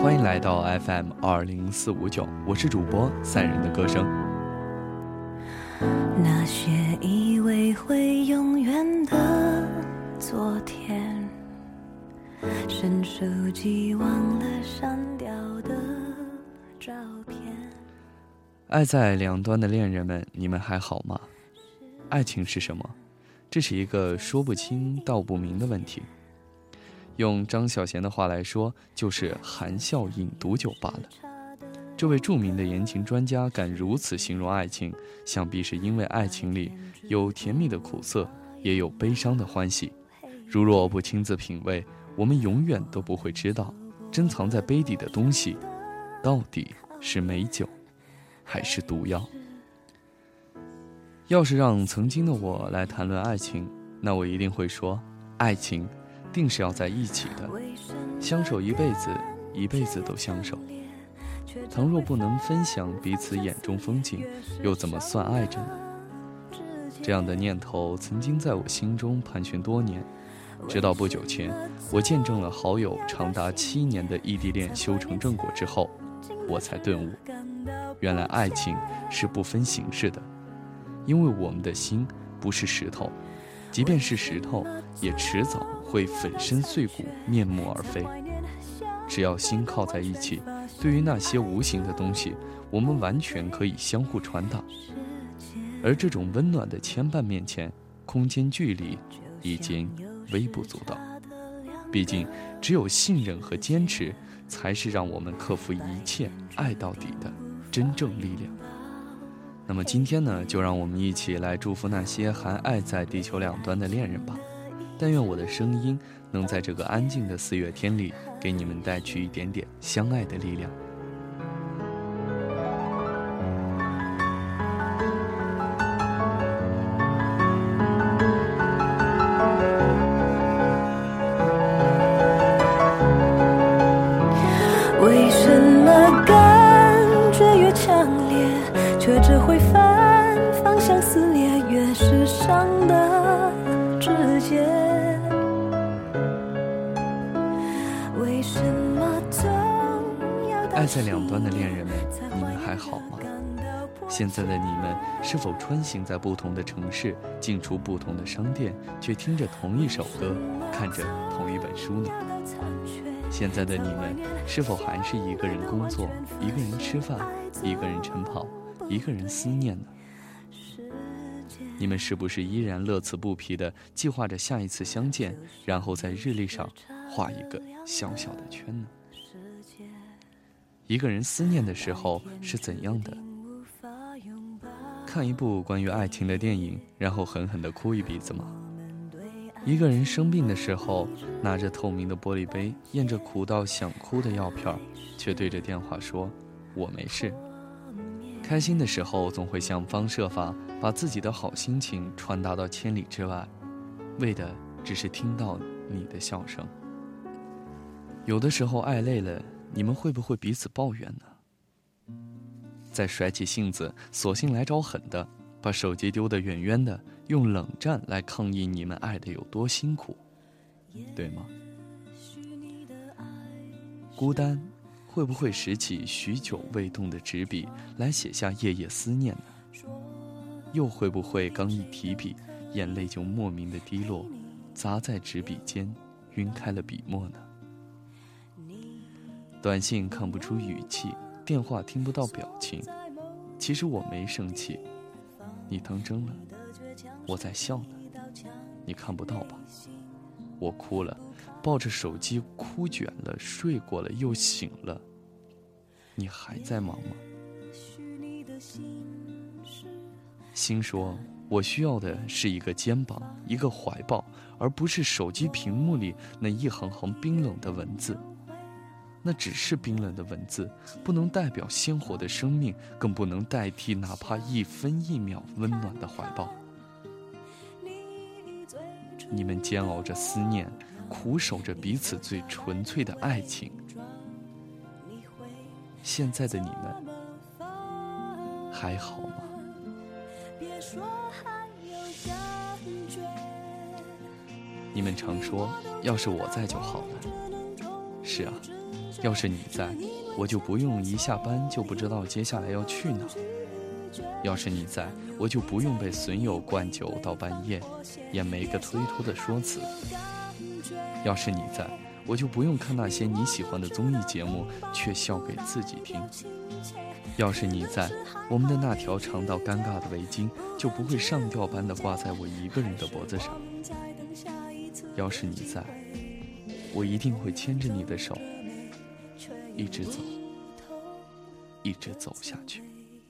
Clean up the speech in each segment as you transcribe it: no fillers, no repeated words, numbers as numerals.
欢迎来到 FM20459，我是主播赛人的歌声。 那些以为会永远的昨天，伸手机忘了删掉的照片。 爱在两端的恋人们，你们还好吗？爱情是什么？这是一个说不清道不明的问题。用张小娴的话来说，就是含笑饮毒酒罢了。这位著名的言情专家敢如此形容爱情，想必是因为爱情里有甜蜜的苦涩，也有悲伤的欢喜。如若不亲自品味，我们永远都不会知道，珍藏在杯底的东西，到底是美酒，还是毒药。要是让曾经的我来谈论爱情，那我一定会说，爱情定是要在一起的，相守一辈子，一辈子都相守。倘若不能分享彼此眼中风景，又怎么算爱着呢？这样的念头曾经在我心中盘旋多年，直到不久前，我见证了好友长达7年的异地恋修成正果之后，我才顿悟，原来爱情是不分形式的。因为我们的心不是石头，即便是石头，也迟早会粉身碎骨，面目而非。只要心靠在一起，对于那些无形的东西，我们完全可以相互传达。而这种温暖的牵绊面前，空间距离已经微不足道。毕竟，只有信任和坚持，才是让我们克服一切、爱到底的真正力量。那么今天呢，就让我们一起来祝福那些还爱在地球两端的恋人吧。但愿我的声音能在这个安静的4月天里，给你们带去一点点相爱的力量。 为什么感觉越强烈，却只会反向撕裂，越是伤的直接。为什么总要爱在两端的恋人们，你们还好吗？现在的你们是否穿行在不同的城市，进出不同的商店，却听着同一首歌，看着同一本书呢？现在的你们是否还是一个人工作，一个人吃饭，一个人晨跑，一个人思念呢？你们是不是依然乐此不疲地计划着下一次相见，然后在日历上画一个小小的圈呢？一个人思念的时候是怎样的？看一部关于爱情的电影，然后狠狠地哭一鼻子吗？一个人生病的时候，拿着透明的玻璃杯，咽着苦到想哭的药片，却对着电话说我没事。开心的时候总会想方设法把自己的好心情传达到千里之外，为的只是听到你的笑声。有的时候爱累了，你们会不会彼此抱怨呢？再甩起性子，索性来找狠的，把手机丢得远远的，用冷战来抗议你们爱的有多辛苦，对吗？孤单会不会拾起许久未动的纸笔来写下夜夜思念呢？又会不会刚一提笔，眼泪就莫名的滴落，砸在纸笔间，晕开了笔墨呢？短信看不出语气，电话听不到表情，其实我没生气，你当真了，我在笑呢，你看不到吧？我哭了，抱着手机哭卷了，睡过了又醒了，你还在忙吗？心说我需要的是一个肩膀，一个怀抱，而不是手机屏幕里那一行行冰冷的文字。那只是冰冷的文字，不能代表鲜活的生命，更不能代替哪怕1分1秒温暖的怀抱。你们煎熬着思念，苦守着彼此最纯粹的爱情。现在的你们还好吗？你们常说要是我在就好了，是啊， 要是你在，我就不用一下班就不知道接下来要去哪。要是你在，我就不用被损友灌酒到半夜，也没个推脱的说辞。要是你在，我就不用看那些你喜欢的综艺节目，却笑给自己听。要是你在，我们的那条长到尴尬的围巾就不会上吊般的挂在我一个人的脖子上。要是你在，我一定会牵着你的手，一直走，一直走下去。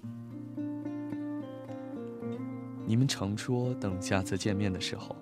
你们常说等下次见面的时候，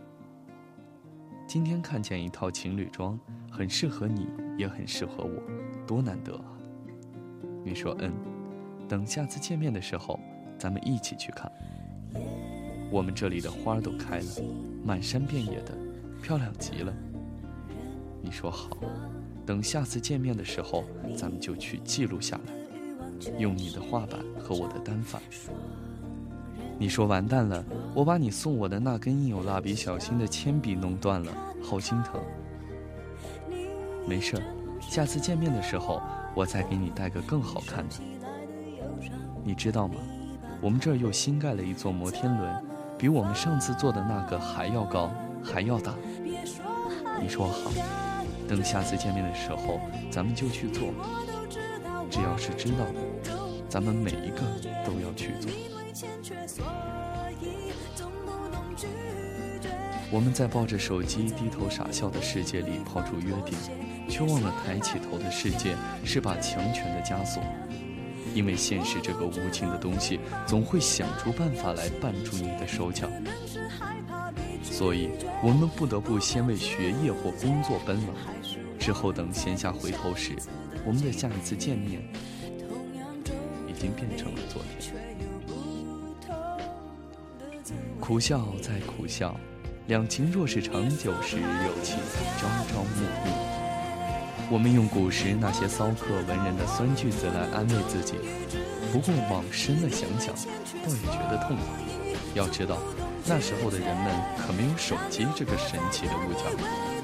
今天看见一套情侣装，很适合你，也很适合我，多难得啊！你说等下次见面的时候，咱们一起去看。我们这里的花都开了，满山遍野的，漂亮极了。你说好，等下次见面的时候，咱们就去记录下来，用你的画板和我的单反。你说完蛋了，我把你送我的那根印有蜡笔小新的铅笔弄断了，好心疼。没事，下次见面的时候，我再给你带个更好看的。你知道吗？我们这儿又新盖了一座摩天轮，比我们上次坐的那个还要高，还要大。你说好，等下次见面的时候，咱们就去做。只要是知道的，咱们每一个都要去做。我们在抱着手机低头傻笑的世界里抛出约定，却忘了抬起头的世界是把强权的枷锁。因为现实这个无情的东西，总会想出办法来绊住你的手脚。所以我们不得不先为学业或工作奔忙，之后等闲暇回头时，我们的下一次见面已经变成了昨天。苦笑再苦笑，两情若是长久时，有情朝朝暮暮。我们用古时那些骚客文人的酸句子来安慰自己，不过往深了想想，倒也觉得痛快。要知道，那时候的人们可没有手机这个神奇的物件。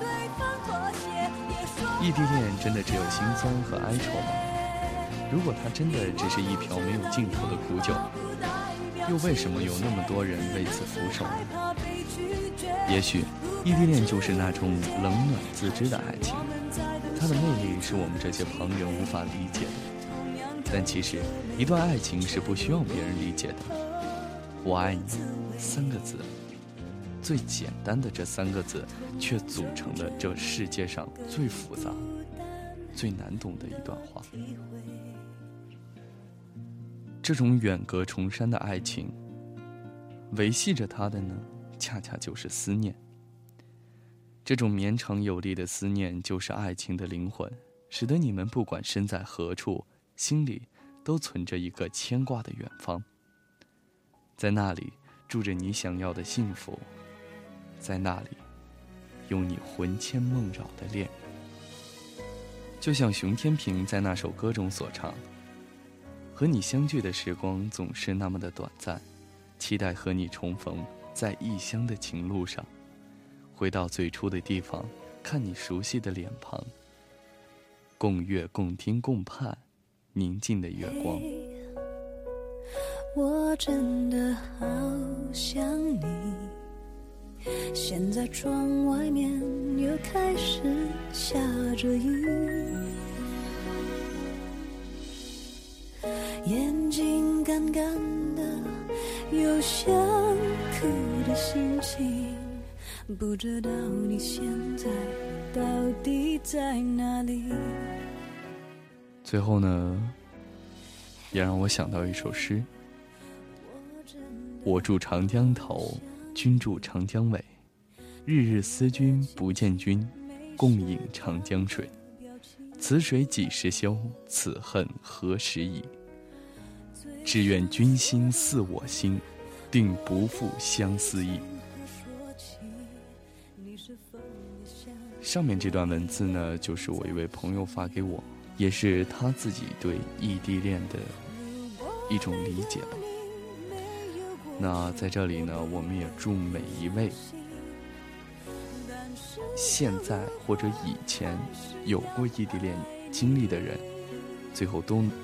异地恋真的只有心酸和哀愁吗？如果它真的只是一瓢没有尽头的苦酒，又为什么有那么多人为此俯首呢？也许异地恋就是那种冷暖自知的爱情，它的魅力是我们这些旁人无法理解的。但其实一段爱情是不需要别人理解的。我爱你3个字，最简单的这3个字，却组成了这世界上最复杂最难懂的一段话。这种远隔重山的爱情，维系着它的呢，恰恰就是思念。这种绵长有力的思念，就是爱情的灵魂，使得你们不管身在何处，心里都存着一个牵挂的远方。在那里住着你想要的幸福，在那里有你魂牵梦绕的恋人。就像熊天平在那首歌中所唱，和你相聚的时光总是那么的短暂，期待和你重逢在异乡的情路上，回到最初的地方，看你熟悉的脸庞，共阅共听共盼宁静的月光。 我真的好想你，现在窗外面又开始下着雨，眼睛干干的，有想哭的心情，不知道你现在到底在哪里。 最后呢，也让我想到一首诗：我住长江头，君住长江尾，日日思君不见君，共饮长江水。此水几时休？此恨何时已？只愿君心似我心，定不负相思意。上面这段文字呢，就是我一位朋友发给我，也是他自己对异地恋的一种理解吧。那在这里呢，我们也祝每一位现在或者以前有过异地恋经历的人，最后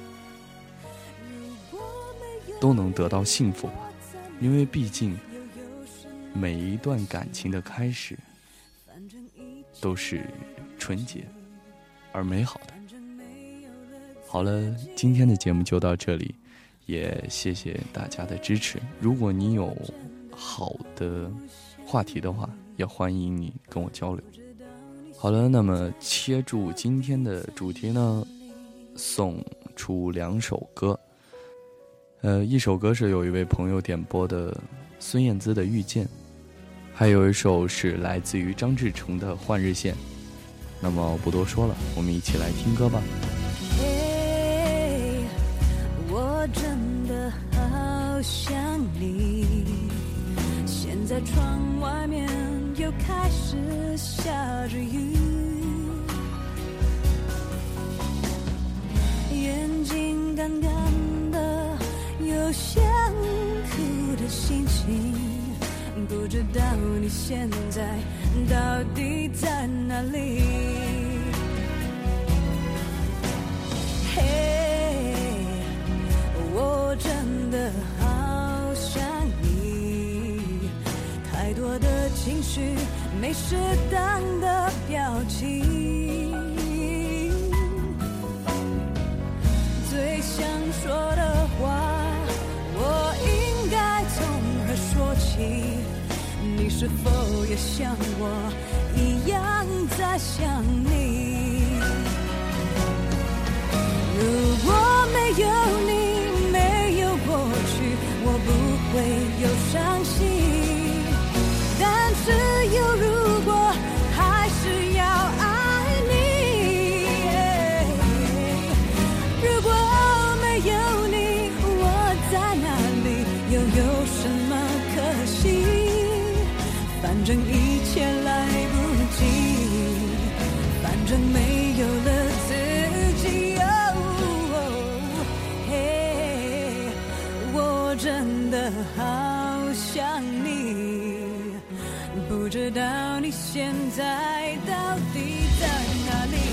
都能得到幸福吧。因为毕竟每一段感情的开始都是纯洁而美好的。好了，今天的节目就到这里，也谢谢大家的支持。如果你有好的话题的话，也欢迎你跟我交流。好了，那么切入今天的主题呢，送出2首歌。一首歌是有一位朋友点播的孙燕姿的《遇见》，还有一首是来自于张志成的《换日线》。那么不多说了，我们一起来听歌吧。 我真的好想你，现在窗外面又开始下着雨，眼睛干干的，有想哭的心情，不知道你现在到底在哪里。我真的好想你，太多的情绪，没适当的表情，最想说的话，我应该从何说起？你是否也像我一样在想你？如果没有你，没有过去，我不会有伤心。但是有如果，还是要爱你。如果没有你，我在哪里，又有什么可惜？反正一切来不及，反正没有了自己。我真的好想你，不知道你现在到底在哪里。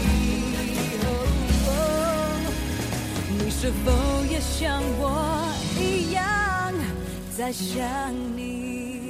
你是否也像我一样在想你？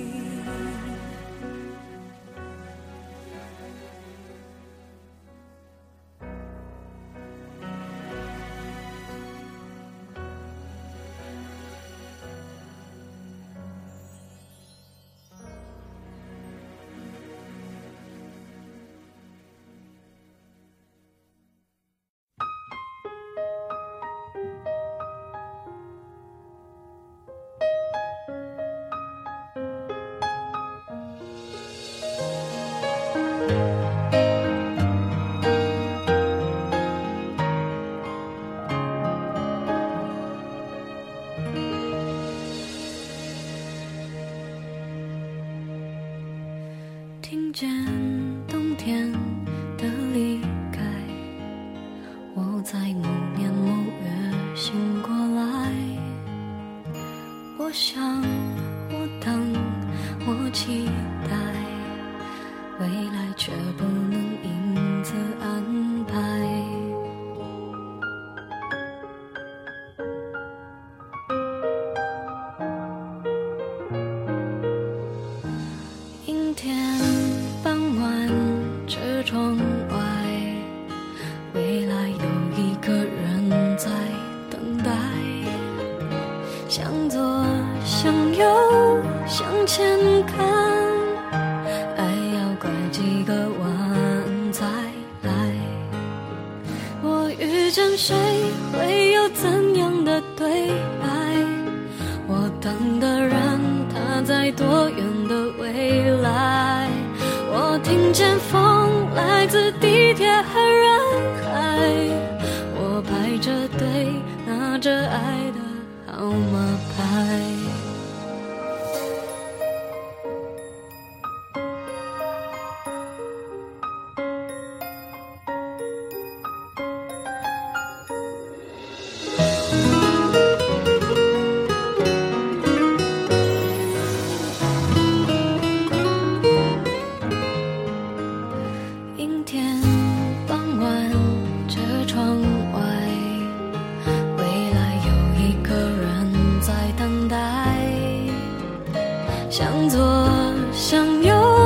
听见冬天的离开，我在某年某月醒过来。我想，我等，我期待，未来却不能因此安排。阴天傍晚，车窗外，未来有一个人在等待。向左，向右，向前看，爱要拐几个弯才来。我遇见谁，会有怎样的对白？我等的人，他在多远的未来？我听见风来自地铁和人海，我排着队拿着爱的号码牌。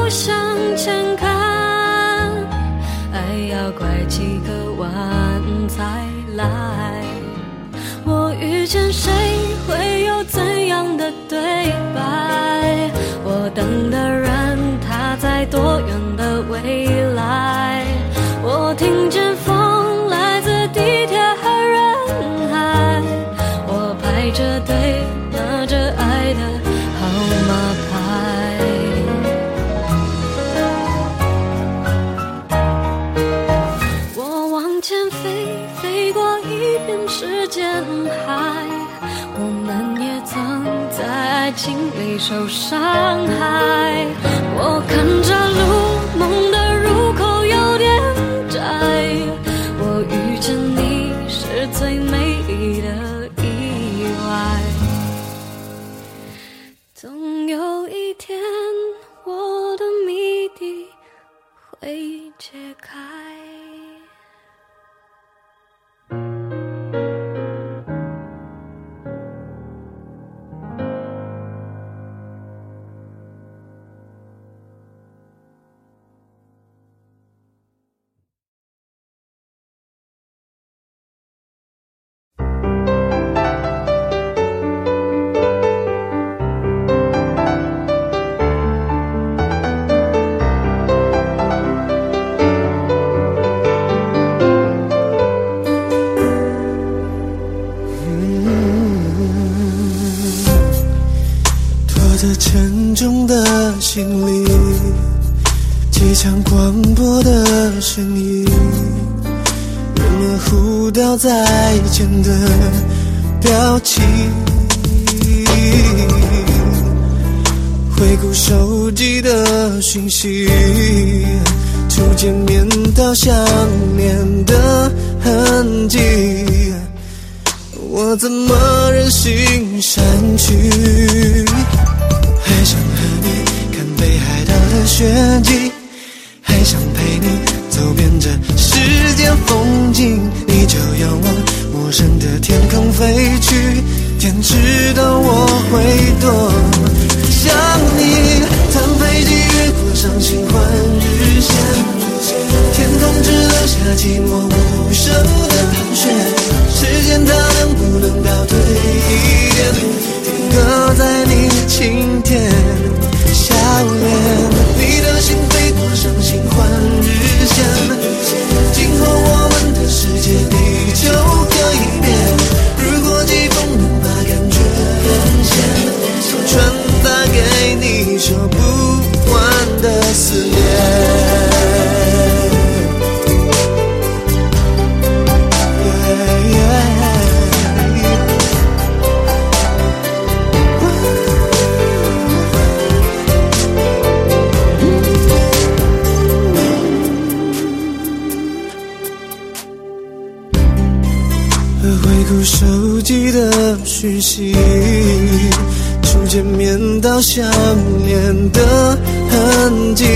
路向前看，爱要拐几个弯才来。我遇见谁会有怎样的对白？我等的人他在多远的未来？我听见风来自地铁和人海，我排着队拿着爱的号码牌。我往前飞，飞过一片时间海，我们也曾在爱情里受伤害。我看着路，梦的入口有点窄，我遇见你是最美丽的意外。总有一天，我的谜底会解开。 沉重的行李，机场广播的声音，人们互道再见的表情，回顾手机的讯息，初见面到想念的痕迹，我怎么忍心删去？还想和你看北海道的雪景，还想陪你走遍这世间风景，你就要往陌生的天空飞去，天知道我会多想你。谈飞机越过伤心换日线，天空只留下寂寞无声的盘旋，时间它能不能倒退一点，停格在你晴天笑脸，你的心飞过伤心换日线，今后我们的世界地球改变，如果季风能把感觉连线，传达给你说不完的思念。回顾手机的讯息，初见面到想念的痕迹，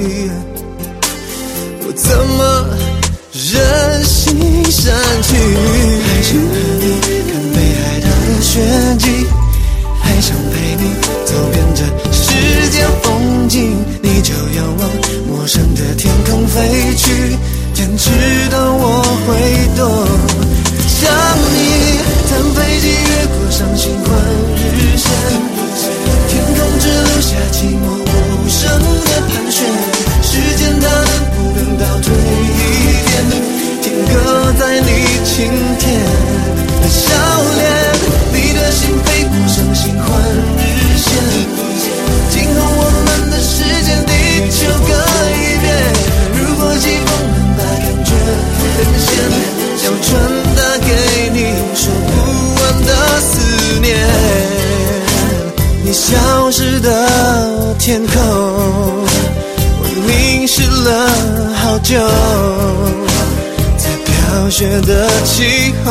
我怎么忍心删去？还想和你看北海道的雪景，还想陪你走遍这世间风景，你就要往陌生的天空飞去，天知道我会多想你。谈飞机越过伤心换日线，天空只留下寂寞无声的盘旋，时间它能不能倒退一点，停格在你晴天的笑脸，你的心飞过伤心换日线，今后我们的世界地球改变，如果季风能把感觉连线，想传达给你说不完的思念，你消失的天空，我凝视了好久，在飘雪的气候，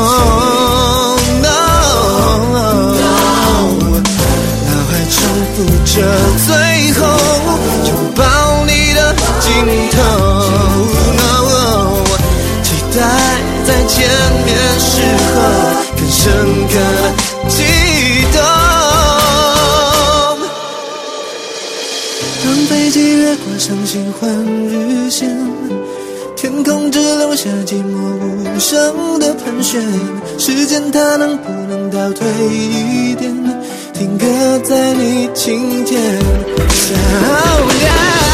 脑海重复着最后拥抱你的镜头，期待在见面时候更深刻的激动。当飞机越过挂上新欢日线，天空只留下寂寞无声的盘旋。时间它能不能倒退一点，停格在你晴天。小呀